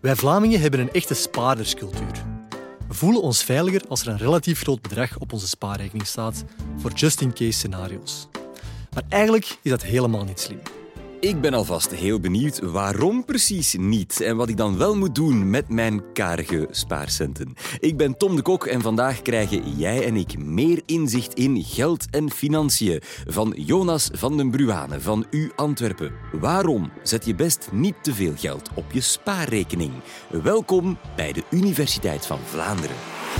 Wij Vlamingen hebben een echte spaarderscultuur. We voelen ons veiliger als er een relatief groot bedrag op onze spaarrekening staat voor just-in-case scenario's. Maar eigenlijk is dat helemaal niet slim. Ik ben alvast heel benieuwd waarom precies niet en wat ik dan wel moet doen met mijn karige spaarcenten. Ik ben Tom de Kok en vandaag krijgen jij en ik meer inzicht in geld en financiën van Jonas van den Bruane van U Antwerpen. Waarom zet je best niet te veel geld op je spaarrekening? Welkom bij de Universiteit van Vlaanderen.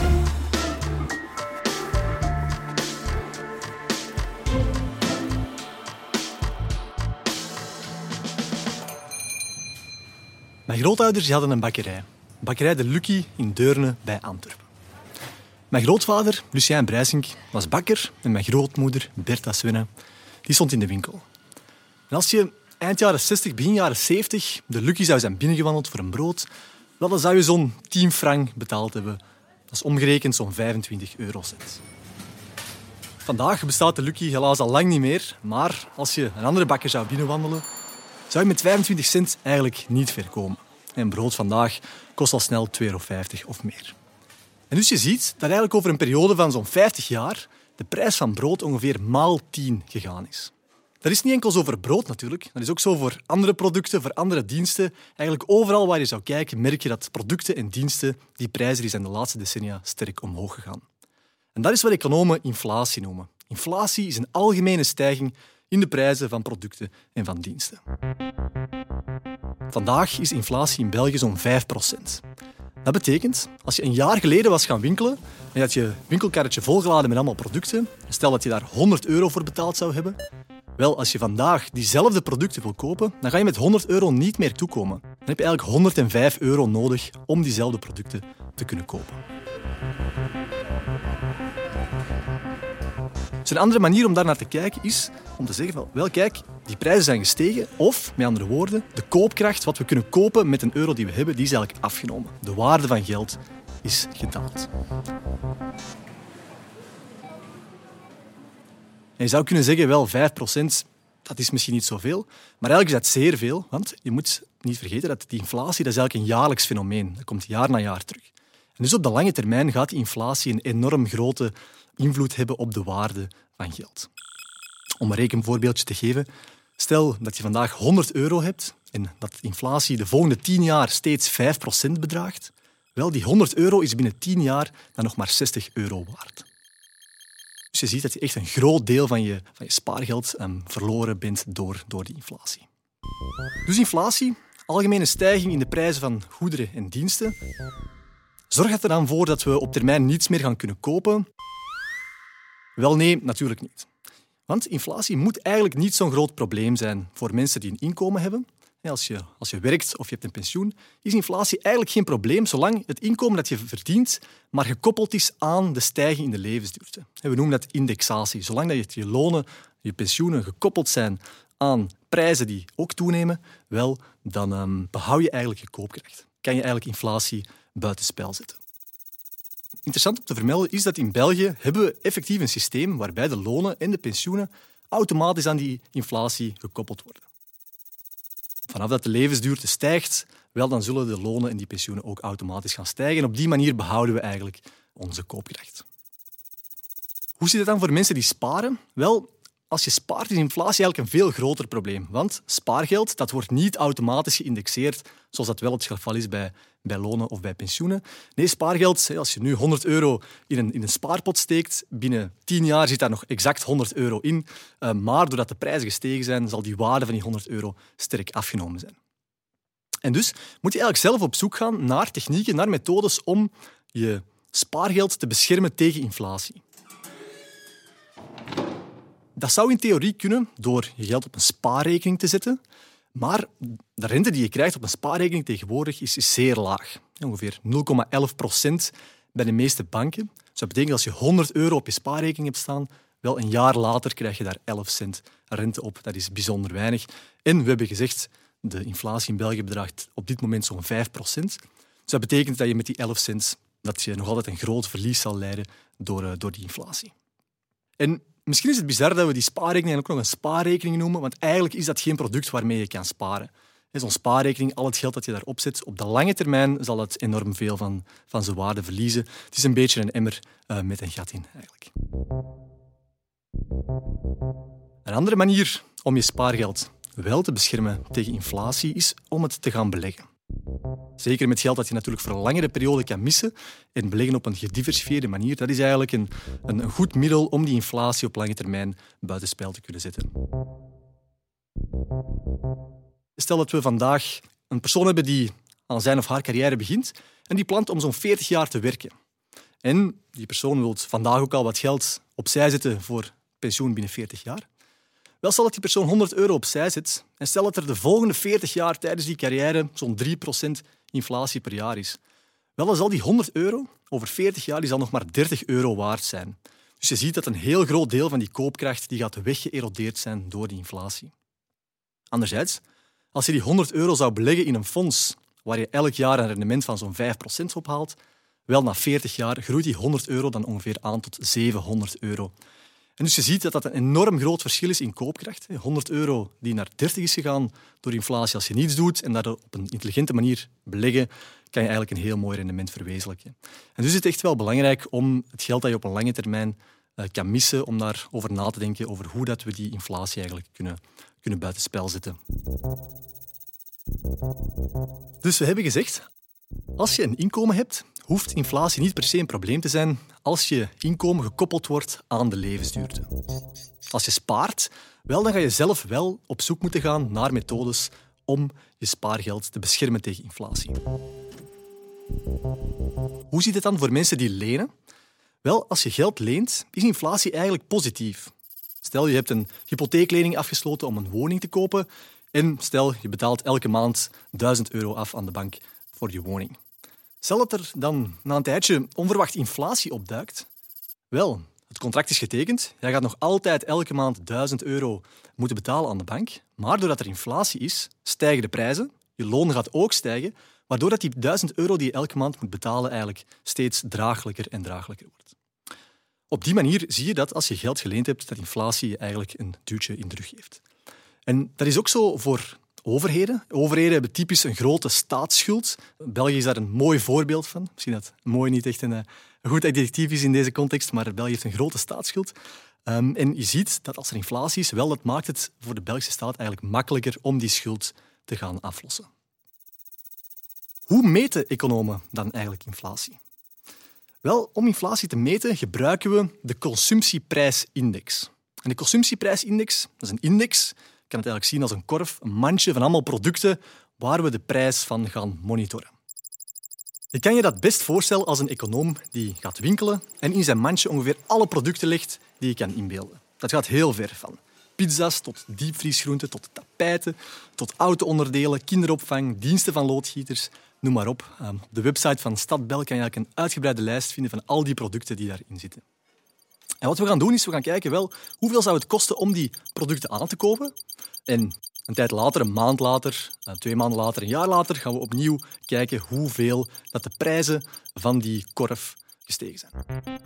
Mijn grootouders hadden een bakkerij. Bakkerij De Lucky in Deurne bij Antwerpen. Mijn grootvader, Lucien Brijsink, was bakker en mijn grootmoeder, Bertha Swenne, die stond in de winkel. En als je eind jaren 60, begin jaren 70 De Lucky zou zijn binnengewandeld voor een brood, wel, dan zou je zo'n 10 frank betaald hebben. Dat is omgerekend zo'n 25 eurocent. Vandaag bestaat De Lucky helaas al lang niet meer, maar als je een andere bakker zou binnenwandelen, zou je met 25 cent eigenlijk niet ver komen. Een brood vandaag kost al snel 2,50 euro of meer. En dus je ziet dat eigenlijk over een periode van zo'n 50 jaar de prijs van brood ongeveer maal 10 gegaan is. Dat is niet enkel zo voor brood natuurlijk, dat is ook zo voor andere producten, voor andere diensten. Eigenlijk overal waar je zou kijken merk je dat producten en diensten, die prijzen die zijn de laatste decennia sterk omhoog gegaan. En dat is wat economen inflatie noemen. Inflatie is een algemene stijging in de prijzen van producten en van diensten. Vandaag is inflatie in België zo'n 5%. Dat betekent, als je een jaar geleden was gaan winkelen en je had je winkelkarretje volgeladen met allemaal producten, stel dat je daar 100 euro voor betaald zou hebben, wel, als je vandaag diezelfde producten wil kopen, dan ga je met 100 euro niet meer toekomen. Dan heb je eigenlijk 105 euro nodig om diezelfde producten te kunnen kopen. Dus een andere manier om daar naar te kijken is om te zeggen, wel kijk, die prijzen zijn gestegen. Of, met andere woorden, de koopkracht, wat we kunnen kopen met een euro die we hebben, die is eigenlijk afgenomen. De waarde van geld is gedaald. En je zou kunnen zeggen, wel 5%, dat is misschien niet zoveel. Maar eigenlijk is dat zeer veel, want je moet niet vergeten dat die inflatie, dat is eigenlijk een jaarlijks fenomeen. Dat komt jaar na jaar terug. En dus op de lange termijn gaat die inflatie een enorm grote invloed hebben op de waarde van geld. Om een rekenvoorbeeldje te geven, stel dat je vandaag 100 euro hebt en dat de inflatie de volgende 10 jaar steeds 5% bedraagt, wel, die 100 euro is binnen 10 jaar dan nog maar 60 euro waard. Dus je ziet dat je echt een groot deel van je spaargeld verloren bent door die inflatie. Dus inflatie, algemene stijging in de prijzen van goederen en diensten, zorgt er dan voor dat we op termijn niets meer gaan kunnen kopen? Wel nee, natuurlijk niet. Want inflatie moet eigenlijk niet zo'n groot probleem zijn voor mensen die een inkomen hebben. Als je werkt of je hebt een pensioen, is inflatie eigenlijk geen probleem zolang het inkomen dat je verdient maar gekoppeld is aan de stijging in de levensduur. We noemen dat indexatie. Zolang dat je lonen, je pensioenen gekoppeld zijn aan prijzen die ook toenemen, wel, dan behoud je eigenlijk je koopkracht. Kan je eigenlijk inflatie buitenspel zetten. Interessant om te vermelden is dat in België hebben we effectief een systeem waarbij de lonen en de pensioenen automatisch aan die inflatie gekoppeld worden. Vanaf dat de levensduurte stijgt, wel, dan zullen de lonen en die pensioenen ook automatisch gaan stijgen. En op die manier behouden we eigenlijk onze koopkracht. Hoe zit het dan voor mensen die sparen? Wel, als je spaart is inflatie eigenlijk een veel groter probleem. Want spaargeld, dat wordt niet automatisch geïndexeerd, zoals dat wel het geval is bij lonen of bij pensioenen. Nee, spaargeld, als je nu 100 euro in een spaarpot steekt, binnen 10 jaar zit daar nog exact 100 euro in. Maar doordat de prijzen gestegen zijn, zal die waarde van die 100 euro sterk afgenomen zijn. En dus moet je eigenlijk zelf op zoek gaan naar technieken, naar methodes om je spaargeld te beschermen tegen inflatie. Dat zou in theorie kunnen door je geld op een spaarrekening te zetten, maar de rente die je krijgt op een spaarrekening tegenwoordig is zeer laag. Ongeveer 0,11% bij de meeste banken. Dus dat betekent dat als je 100 euro op je spaarrekening hebt staan, wel een jaar later krijg je daar 11 cent rente op. Dat is bijzonder weinig. En we hebben gezegd, de inflatie in België bedraagt op dit moment zo'n 5%. Dus dat betekent dat je met die 11 cent dat je nog altijd een groot verlies zal lijden door die inflatie. En misschien is het bizar dat we die spaarrekening ook nog een spaarrekening noemen, want eigenlijk is dat geen product waarmee je kan sparen. Zo'n spaarrekening, al het geld dat je daarop zet, op de lange termijn zal het enorm veel van zijn waarde verliezen. Het is een beetje een emmer met een gat in, eigenlijk. Een andere manier om je spaargeld wel te beschermen tegen inflatie is om het te gaan beleggen. Zeker met geld dat je natuurlijk voor een langere periode kan missen en beleggen op een gediversifieerde manier, dat is eigenlijk een goed middel om die inflatie op lange termijn buitenspel te kunnen zetten. Stel dat we vandaag een persoon hebben die aan zijn of haar carrière begint en die plant om zo'n 40 jaar te werken. En die persoon wil vandaag ook al wat geld opzij zetten voor pensioen binnen 40 jaar. Wel, stel dat die persoon €100 opzij zet en stel dat er de volgende 40 jaar tijdens die carrière zo'n 3% inflatie per jaar is. Wel, dan zal die €100 over 40 jaar die zal nog maar €30 waard zijn. Dus je ziet dat een heel groot deel van die koopkracht die gaat weggeërodeerd zijn door die inflatie. Anderzijds, als je die €100 zou beleggen in een fonds waar je elk jaar een rendement van zo'n 5% ophaalt, wel, na 40 jaar groeit die €100 dan ongeveer aan tot €700. En dus je ziet dat dat een enorm groot verschil is in koopkracht. €100 die naar 30 is gegaan door inflatie als je niets doet en dat op een intelligente manier beleggen, kan je eigenlijk een heel mooi rendement verwezenlijken. En dus is het echt wel belangrijk om het geld dat je op een lange termijn kan missen, om daarover na te denken over hoe dat we die inflatie eigenlijk kunnen buitenspel zetten. Dus we hebben gezegd, als je een inkomen hebt, hoeft inflatie niet per se een probleem te zijn als je inkomen gekoppeld wordt aan de levensduurte. Als je spaart, wel, dan ga je zelf wel op zoek moeten gaan naar methodes om je spaargeld te beschermen tegen inflatie. Hoe zit het dan voor mensen die lenen? Wel, als je geld leent, is inflatie eigenlijk positief. Stel, je hebt een hypotheeklening afgesloten om een woning te kopen en stel, je betaalt elke maand €1000 af aan de bank voor je woning. Stel dat er dan na een tijdje onverwacht inflatie opduikt. Wel, het contract is getekend. Jij gaat nog altijd elke maand €1000 moeten betalen aan de bank. Maar doordat er inflatie is, stijgen de prijzen. Je loon gaat ook stijgen, waardoor dat die €1000 die je elke maand moet betalen eigenlijk steeds draaglijker en draaglijker wordt. Op die manier zie je dat als je geld geleend hebt, dat inflatie je eigenlijk een duwtje in de rug geeft. En dat is ook zo voor overheden. Overheden hebben typisch een grote staatsschuld. België is daar een mooi voorbeeld van. Misschien dat mooi niet echt een goed adjectief is in deze context, maar België heeft een grote staatsschuld. En je ziet dat als er inflatie is, wel, dat maakt het voor de Belgische staat eigenlijk makkelijker om die schuld te gaan aflossen. Hoe meten economen dan eigenlijk inflatie? Wel, om inflatie te meten gebruiken we de consumptieprijsindex. En de consumptieprijsindex, dat is een index. Je kan het eigenlijk zien als een korf, een mandje van allemaal producten waar we de prijs van gaan monitoren. Je kan je dat best voorstellen als een econoom die gaat winkelen en in zijn mandje ongeveer alle producten legt die je kan inbeelden. Dat gaat heel ver, van pizza's tot diepvriesgroenten, tot tapijten, tot auto-onderdelen, kinderopvang, diensten van loodgieters, noem maar op. Op de website van Stadbel kan je eigenlijk een uitgebreide lijst vinden van al die producten die daarin zitten. En wat we gaan doen is, we gaan kijken, wel, hoeveel zou het kosten om die producten aan te kopen. En een tijd later, een maand later, 2 maanden later, een jaar later, gaan we opnieuw kijken hoeveel dat de prijzen van die korf gestegen zijn.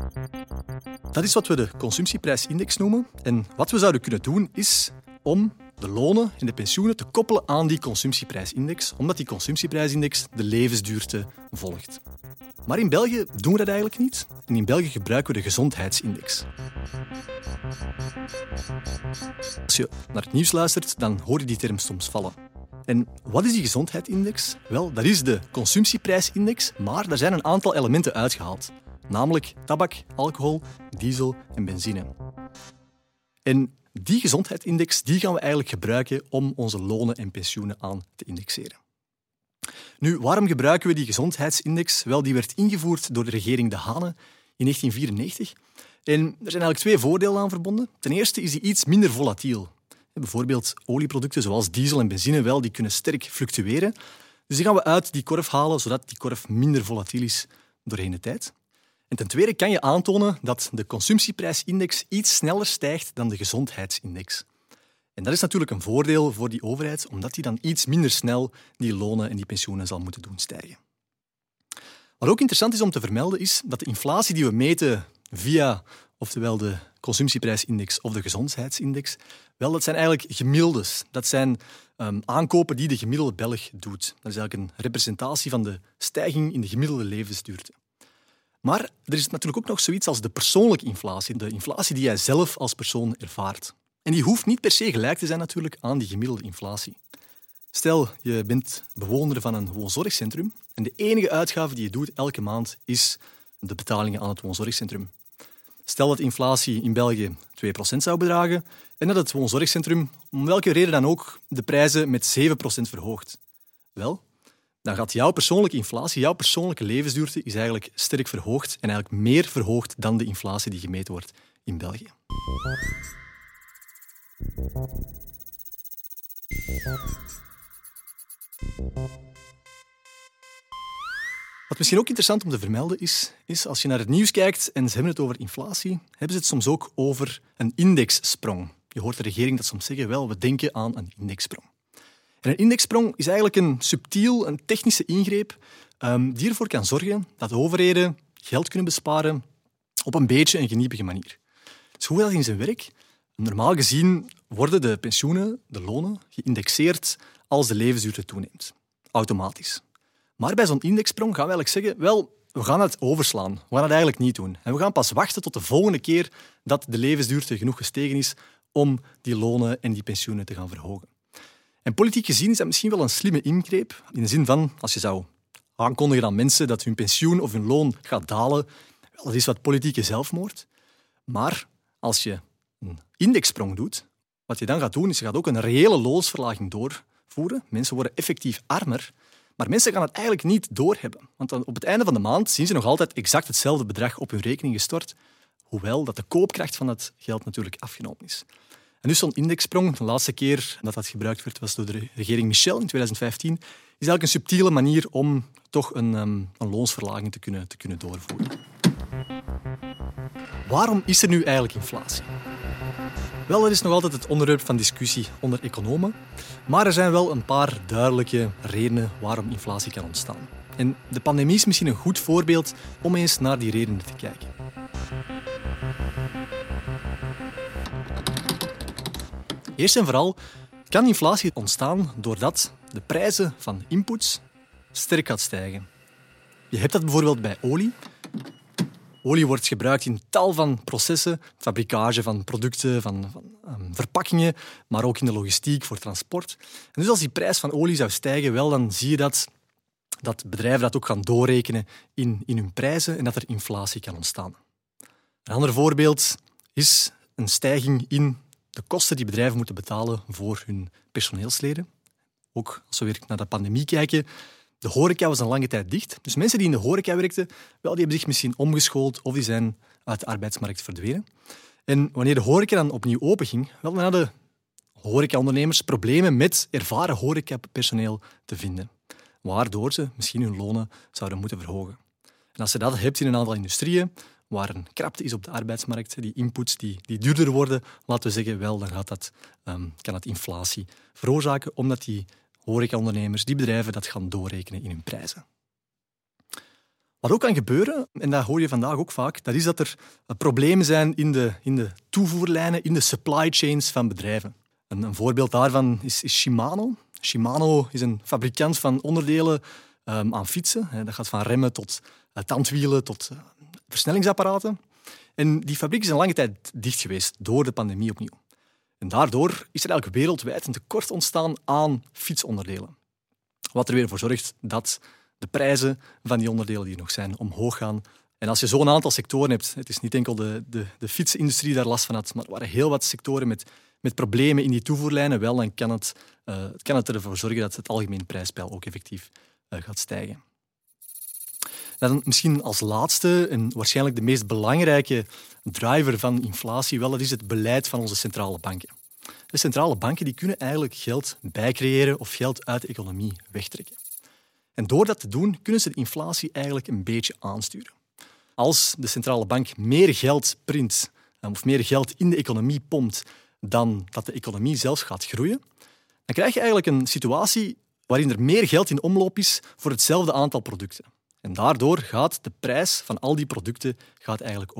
Dat is wat we de consumptieprijsindex noemen. En wat we zouden kunnen doen, is om de lonen en de pensioenen te koppelen aan die consumptieprijsindex, omdat die consumptieprijsindex de levensduurte volgt. Maar in België doen we dat eigenlijk niet. En in België gebruiken we de gezondheidsindex. Als je naar het nieuws luistert, dan hoor je die term soms vallen. En wat is die gezondheidsindex? Wel, dat is de consumptieprijsindex, maar daar zijn een aantal elementen uitgehaald. Namelijk tabak, alcohol, diesel en benzine. En die gezondheidsindex die gaan we eigenlijk gebruiken om onze lonen en pensioenen aan te indexeren. Nu, waarom gebruiken we die gezondheidsindex? Wel, die werd ingevoerd door de regering De Hane in 1994. En er zijn eigenlijk 2 voordelen aan verbonden. Ten eerste is die iets minder volatiel. Bijvoorbeeld olieproducten zoals diesel en benzine, wel, die kunnen sterk fluctueren. Dus die gaan we uit die korf halen, zodat die korf minder volatiel is doorheen de tijd. En ten tweede kan je aantonen dat de consumptieprijsindex iets sneller stijgt dan de gezondheidsindex. En dat is natuurlijk een voordeel voor die overheid, omdat die dan iets minder snel die lonen en die pensioenen zal moeten doen stijgen. Wat ook interessant is om te vermelden, is dat de inflatie die we meten via oftewel de consumptieprijsindex of de gezondheidsindex? Wel, dat zijn eigenlijk gemiddeldes. Dat zijn aankopen die de gemiddelde Belg doet. Dat is eigenlijk een representatie van de stijging in de gemiddelde levensduurte. Maar er is natuurlijk ook nog zoiets als de persoonlijke inflatie, de inflatie die jij zelf als persoon ervaart. En die hoeft niet per se gelijk te zijn natuurlijk aan die gemiddelde inflatie. Stel, je bent bewoner van een woonzorgcentrum en de enige uitgave die je doet elke maand is de betalingen aan het woonzorgcentrum. Stel dat inflatie in België 2% zou bedragen en dat het woonzorgcentrum, om welke reden dan ook, de prijzen met 7% verhoogt. Wel, dan gaat jouw persoonlijke inflatie, jouw persoonlijke levensduurte, is eigenlijk sterk verhoogd en eigenlijk meer verhoogd dan de inflatie die gemeten wordt in België. Wat misschien ook interessant om te vermelden is als je naar het nieuws kijkt en ze hebben het over inflatie, hebben ze het soms ook over een indexsprong. Je hoort de regering dat soms zeggen, wel, we denken aan een indexsprong. En een indexsprong is eigenlijk een subtiel, een technische ingreep die ervoor kan zorgen dat overheden geld kunnen besparen op een beetje een geniepige manier. Dus hoe dat in zijn werk? Normaal gezien worden de pensioenen, de lonen, geïndexeerd als de levensduurte toeneemt. Automatisch. Maar bij zo'n indexsprong gaan we eigenlijk zeggen, wel, we gaan het overslaan. We gaan het eigenlijk niet doen. En we gaan pas wachten tot de volgende keer dat de levensduurte genoeg gestegen is om die lonen en die pensioenen te gaan verhogen. En politiek gezien is dat misschien wel een slimme ingreep, in de zin van, als je zou aankondigen aan mensen dat hun pensioen of hun loon gaat dalen, wel, dat is wat politieke zelfmoord. Maar als je een indexsprong doet, wat je dan gaat doen, is je gaat ook een reële loonsverlaging doorvoeren. Mensen worden effectief armer, maar mensen gaan het eigenlijk niet doorhebben. Want dan op het einde van de maand zien ze nog altijd exact hetzelfde bedrag op hun rekening gestort, hoewel dat de koopkracht van dat geld natuurlijk afgenomen is. En dus zo'n indexsprong, de laatste keer dat dat gebruikt werd, was door de regering Michel in 2015, is eigenlijk een subtiele manier om toch een loonsverlaging te kunnen doorvoeren. Waarom is er nu eigenlijk inflatie? Wel, dat is nog altijd het onderwerp van discussie onder economen. Maar er zijn wel een paar duidelijke redenen waarom inflatie kan ontstaan. En de pandemie is misschien een goed voorbeeld om eens naar die redenen te kijken. Eerst en vooral kan inflatie ontstaan doordat de prijzen van inputs sterk gaat stijgen. Je hebt dat bijvoorbeeld bij olie. Olie wordt gebruikt in tal van processen, fabricage van producten, van verpakkingen, maar ook in de logistiek voor transport. En dus als die prijs van olie zou stijgen, wel, dan zie je dat bedrijven dat ook gaan doorrekenen in hun prijzen en dat er inflatie kan ontstaan. Een ander voorbeeld is een stijging in de kosten die bedrijven moeten betalen voor hun personeelsleden. Ook als we weer naar de pandemie kijken, de horeca was een lange tijd dicht. Dus mensen die in de horeca werkten, wel, die hebben zich misschien omgeschoold of die zijn uit de arbeidsmarkt verdwenen. En wanneer de horeca dan opnieuw openging, wel, dan hadden horecaondernemers problemen met ervaren horecapersoneel te vinden, waardoor ze misschien hun lonen zouden moeten verhogen. En als je dat hebt in een aantal industrieën, waar een krapte is op de arbeidsmarkt, die inputs die duurder worden, laten we zeggen, wel, dan kan dat inflatie veroorzaken, omdat die horecaondernemers, die bedrijven, dat gaan doorrekenen in hun prijzen. Wat ook kan gebeuren, en dat hoor je vandaag ook vaak, dat is dat er problemen zijn in de toevoerlijnen, in de supply chains van bedrijven. Een voorbeeld daarvan is Shimano. Shimano is een fabrikant van onderdelen aan fietsen. Dat gaat van remmen tot tandwielen tot versnellingsapparaten. En die fabriek is een lange tijd dicht geweest door de pandemie opnieuw. En daardoor is er eigenlijk wereldwijd een tekort ontstaan aan fietsonderdelen. Wat er weer voor zorgt dat de prijzen van die onderdelen die er nog zijn omhoog gaan. En als je zo'n aantal sectoren hebt, het is niet enkel de fietsindustrie daar last van had, maar er waren heel wat sectoren met problemen in die toevoerlijnen, wel, dan kan het ervoor zorgen dat het algemeen prijspeil ook effectief gaat stijgen. Dan misschien als laatste en waarschijnlijk de meest belangrijke driver van inflatie, wel, dat is het beleid van onze centrale banken. De centrale banken die kunnen eigenlijk geld bijcreëren of geld uit de economie wegtrekken. En door dat te doen, kunnen ze de inflatie eigenlijk een beetje aansturen. Als de centrale bank meer geld print of meer geld in de economie pompt dan dat de economie zelf gaat groeien, dan krijg je eigenlijk een situatie waarin er meer geld in omloop is voor hetzelfde aantal producten. En daardoor gaat de prijs van al die producten eigenlijk ook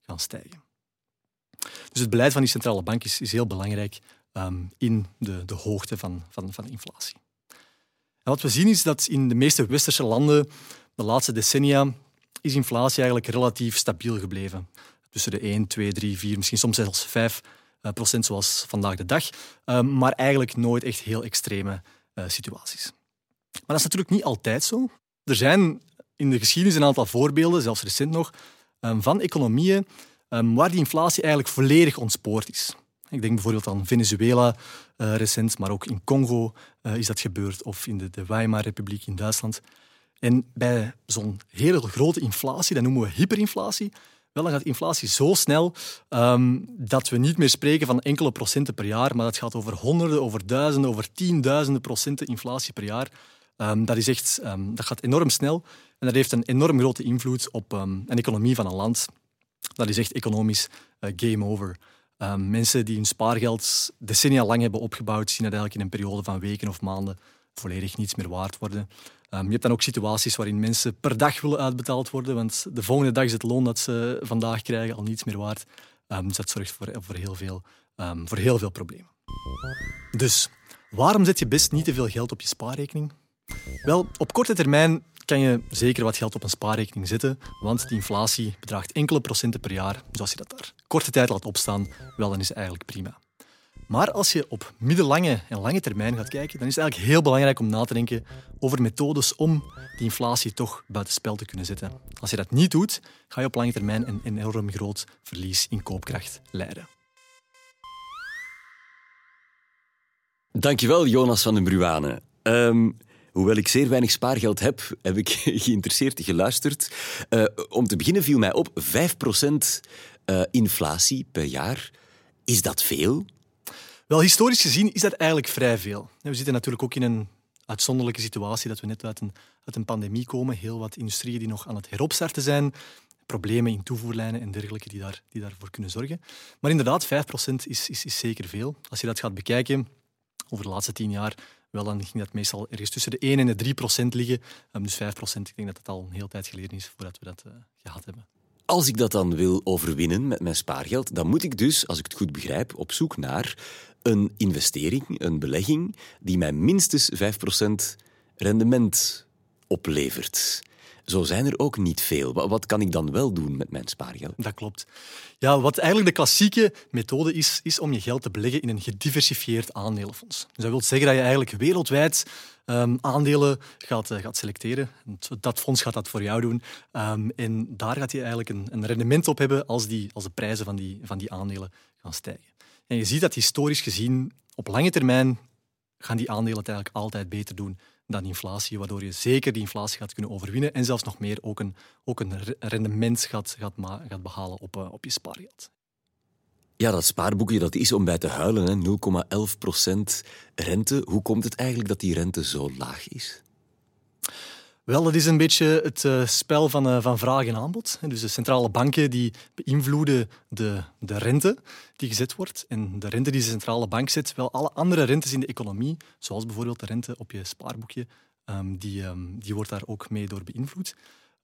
gaan stijgen. Dus het beleid van die centrale bank is heel belangrijk in de hoogte van inflatie. En wat we zien is dat in de meeste westerse landen de laatste decennia is inflatie eigenlijk relatief stabiel gebleven. Tussen de 1, 2, 3, 4, misschien soms zelfs 5% zoals vandaag de dag. Maar eigenlijk nooit echt heel extreme situaties. Maar dat is natuurlijk niet altijd zo. Er zijn in de geschiedenis een aantal voorbeelden, zelfs recent nog, van economieën waar die inflatie eigenlijk volledig ontspoord is. Ik denk bijvoorbeeld aan Venezuela recent, maar ook in Congo is dat gebeurd, of in de Weimar-republiek in Duitsland. En bij zo'n hele grote inflatie, dat noemen we hyperinflatie, dan gaat inflatie zo snel dat we niet meer spreken van enkele procenten per jaar, maar dat gaat over honderden, over duizenden, over tienduizenden procenten inflatie per jaar. Dat gaat enorm snel en dat heeft een enorm grote invloed op een economie van een land. Dat is echt economisch game over. Mensen die hun spaargeld decennia lang hebben opgebouwd, zien dat eigenlijk in een periode van weken of maanden volledig niets meer waard worden. Je hebt dan ook situaties waarin mensen per dag willen uitbetaald worden, want de volgende dag is het loon dat ze vandaag krijgen al niets meer waard. Dus dat zorgt voor heel veel problemen. Dus waarom zet je best niet te veel geld op je spaarrekening? Wel, op korte termijn kan je zeker wat geld op een spaarrekening zetten, want die inflatie bedraagt enkele procenten per jaar. Dus als je dat daar korte tijd laat opstaan, wel, dan is het eigenlijk prima. Maar als je op middellange en lange termijn gaat kijken, dan is het eigenlijk heel belangrijk om na te denken over methodes om die inflatie toch buitenspel te kunnen zetten. Als je dat niet doet, ga je op lange termijn een enorm groot verlies in koopkracht lijden. Dankjewel, Jonas van den Bruane. Hoewel ik zeer weinig spaargeld heb ik geïnteresseerd geluisterd. Om te beginnen viel mij op 5% inflatie per jaar. Is dat veel? Wel, historisch gezien is dat eigenlijk vrij veel. We zitten natuurlijk ook in een uitzonderlijke situatie dat we net uit een pandemie komen. Heel wat industrieën die nog aan het heropstarten zijn. Problemen in toevoerlijnen en dergelijke die daarvoor kunnen zorgen. Maar inderdaad, 5% is zeker veel. Als je dat gaat bekijken over de laatste 10 jaar, wel, dan ging dat meestal ergens tussen de 1 en de 3% liggen. Dus 5%, ik denk dat het al een hele tijd geleden is voordat we dat gehad hebben. Als ik dat dan wil overwinnen met mijn spaargeld, dan moet ik dus, als ik het goed begrijp, op zoek naar een investering, een belegging, die mij minstens 5% rendement oplevert. Zo zijn er ook niet veel. Wat kan ik dan wel doen met mijn spaargeld? Dat klopt. Ja, wat eigenlijk de klassieke methode is om je geld te beleggen in een gediversifieerd aandelenfonds. Dus dat wil zeggen dat je eigenlijk wereldwijd aandelen gaat selecteren. Dat fonds gaat dat voor jou doen. En daar gaat je eigenlijk een rendement op hebben als de prijzen van die aandelen gaan stijgen. En je ziet dat historisch gezien, op lange termijn, gaan die aandelen het eigenlijk altijd beter doen dan inflatie, waardoor je zeker die inflatie gaat kunnen overwinnen en zelfs nog meer ook een rendement gaat behalen op je spaargeld. Ja, dat spaarboekje dat is om bij te huilen, 0,11% rente. Hoe komt het eigenlijk dat die rente zo laag is? Wel, dat is een beetje het spel van vraag en aanbod. Dus de centrale banken die beïnvloeden de rente die gezet wordt. En de rente die de centrale bank zet, wel alle andere rentes in de economie, zoals bijvoorbeeld de rente op je spaarboekje, die wordt daar ook mee door beïnvloed.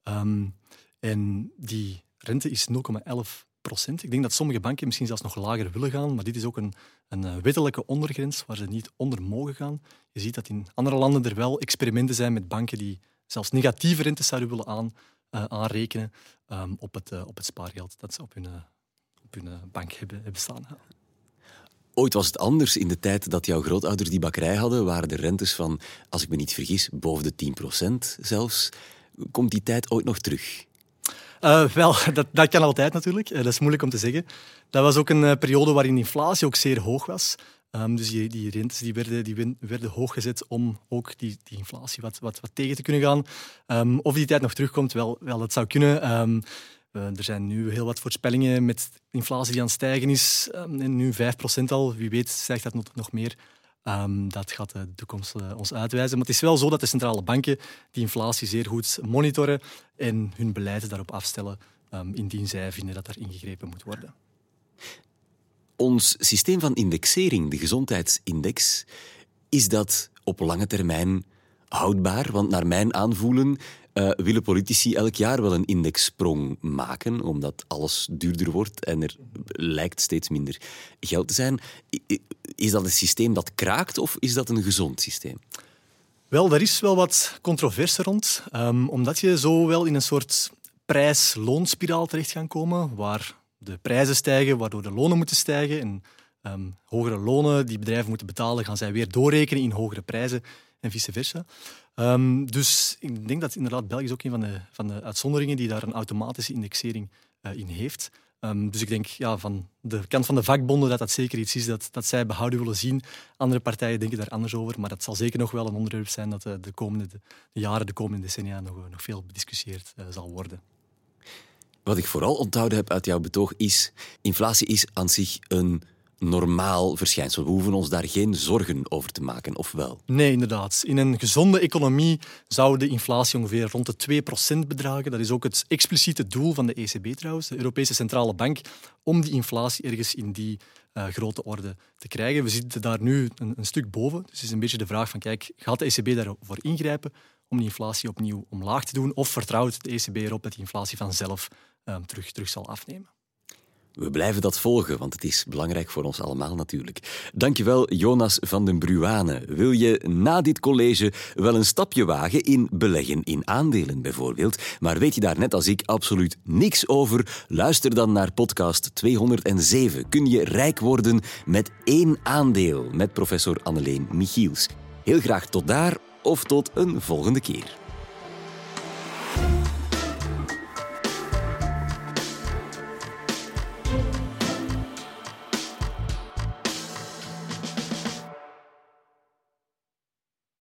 En die rente is 0,11%. Ik denk dat sommige banken misschien zelfs nog lager willen gaan, maar dit is ook een wettelijke ondergrens waar ze niet onder mogen gaan. Je ziet dat in andere landen er wel experimenten zijn met banken die zelfs negatieve rentes zouden willen aanrekenen op het spaargeld dat ze op hun bank hebben staan. Ooit was het anders. In de tijd dat jouw grootouders die bakkerij hadden, waren de rentes van, als ik me niet vergis, boven de 10% zelfs. Komt die tijd ooit nog terug? Wel, dat kan altijd natuurlijk. Dat is moeilijk om te zeggen. Dat was ook een periode waarin de inflatie ook zeer hoog was. Dus die rentes die werden hoog gezet om ook die inflatie wat tegen te kunnen gaan. Of die tijd nog terugkomt, wel dat zou kunnen. Er zijn nu heel wat voorspellingen met inflatie die aan het stijgen is. En nu 5% al. Wie weet stijgt dat nog meer. Dat gaat de toekomst ons uitwijzen. Maar het is wel zo dat de centrale banken die inflatie zeer goed monitoren en hun beleid daarop afstellen indien zij vinden dat er ingegrepen moet worden. Ons systeem van indexering, de gezondheidsindex, is dat op lange termijn houdbaar? Want naar mijn aanvoelen willen politici elk jaar wel een indexsprong maken, omdat alles duurder wordt en er lijkt steeds minder geld te zijn. Is dat een systeem dat kraakt of is dat een gezond systeem? Wel, daar is wel wat controverse rond, omdat je zo wel in een soort prijs-loonspiraal terecht kan komen, waar de prijzen stijgen, waardoor de lonen moeten stijgen. En hogere lonen die bedrijven moeten betalen, gaan zij weer doorrekenen in hogere prijzen en vice versa. Dus ik denk dat inderdaad België is ook een van de uitzonderingen die daar een automatische indexering in heeft. Dus ik denk van de kant van de vakbonden dat zeker iets is dat zij behouden willen zien. Andere partijen denken daar anders over, maar dat zal zeker nog wel een onderwerp zijn dat de komende jaren, de komende decennia nog veel bediscussieerd zal worden. Wat ik vooral onthouden heb uit jouw betoog is, inflatie is aan zich een normaal verschijnsel. We hoeven ons daar geen zorgen over te maken, of wel? Nee, inderdaad. In een gezonde economie zou de inflatie ongeveer rond de 2% bedragen. Dat is ook het expliciete doel van de ECB trouwens, de Europese Centrale Bank, om die inflatie ergens in die grote orde te krijgen. We zitten daar nu een stuk boven. Dus het is een beetje de vraag van, kijk, gaat de ECB daarvoor ingrijpen om die inflatie opnieuw omlaag te doen, of vertrouwt de ECB erop dat die inflatie vanzelf terug zal afnemen? We blijven dat volgen, want het is belangrijk voor ons allemaal natuurlijk. Dankjewel, Jonas van den Bruane. Wil je na dit college wel een stapje wagen in beleggen in aandelen bijvoorbeeld, maar weet je daar net als ik absoluut niks over? Luister dan naar podcast 207. Kun je rijk worden met 1 aandeel met professor Anneleen Michiels. Heel graag tot daar of tot een volgende keer.